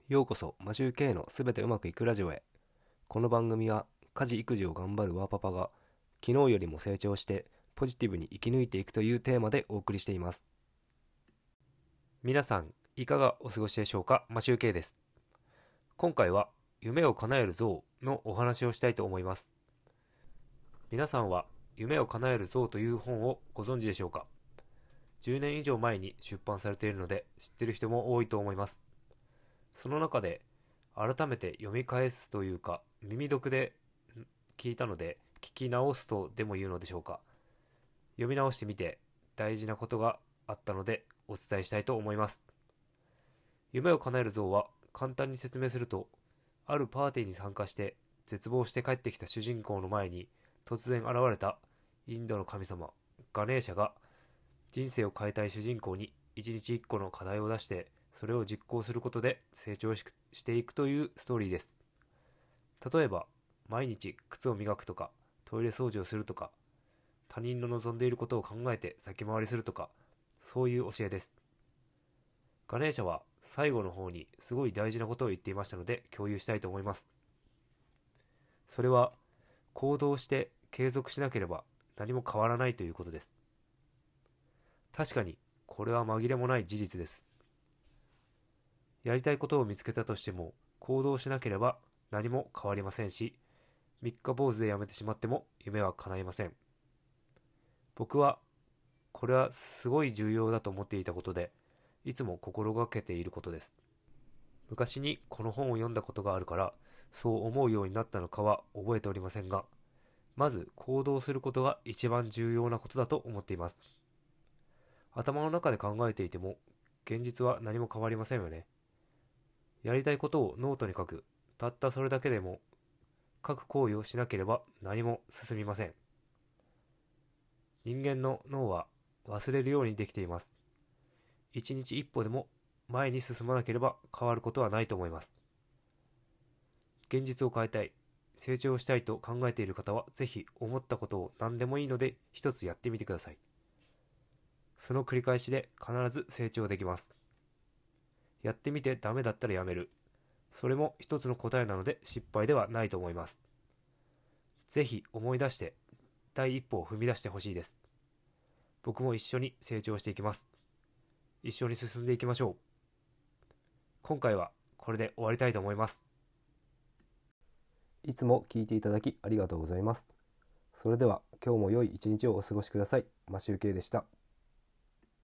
ようこそマジュー K のすべてうまくいくラジオへ。この番組は家事育児を頑張るワーパパが昨日よりも成長してポジティブに生き抜いていくというテーマでお送りしています。皆さんいかがお過ごしでしょうか。マシュー K です。今回は夢を叶える像のお話をしたいと思います。皆さんは夢を叶える像という本をご存知でしょうか。10年以上前に出版されているので知っている人も多いと思います。その中で改めて読み返すというか耳読で聞いたので聞き直すとでも言うのでしょうか。読み直してみて大事なことがあったのでお伝えしたいと思います。夢を叶える像は簡単に説明すると、あるパーティーに参加して絶望して帰ってきた主人公の前に突然現れたインドの神様ガネーシャが人生を変えたい主人公に一日一個の課題を出してそれを実行することで成長していくというストーリーです。例えば毎日靴を磨くとかトイレ掃除をするとか他人の望んでいることを考えて先回りするとか、そういう教えです。ガネーシャは最後の方にすごい大事なことを言っていましたので共有したいと思います。それは行動して継続しなければ何も変わらないということです。確かにこれは紛れもない事実です。やりたいことを見つけたとしても行動しなければ何も変わりませんし、三日坊主でやめてしまっても夢は叶いません。僕はこれはすごい重要だと思っていたことで、いつも心がけていることです。昔にこの本を読んだことがあるからそう思うようになったのかは覚えておりませんが、まず行動することが一番重要なことだと思っています。頭の中で考えていても現実は何も変わりませんよね。やりたいことをノートに書く、たったそれだけでも書く行為をしなければ何も進みません。人間の脳は忘れるようにできています。一日一歩でも前に進まなければ変わることはないと思います。現実を変えたい、成長したいと考えている方はぜひ思ったことを何でもいいので一つやってみてください。その繰り返しで必ず成長できます。やってみてダメだったらやめる。それも一つの答えなので失敗ではないと思います。ぜひ思い出して第一歩を踏み出してほしいです。僕も一緒に成長していきます。一緒に進んでいきましょう。今回はこれで終わりたいと思います。 いつも聞いていただきありがとうございます。それでは今日も良い一日をお過ごしください。マシュウケイでした。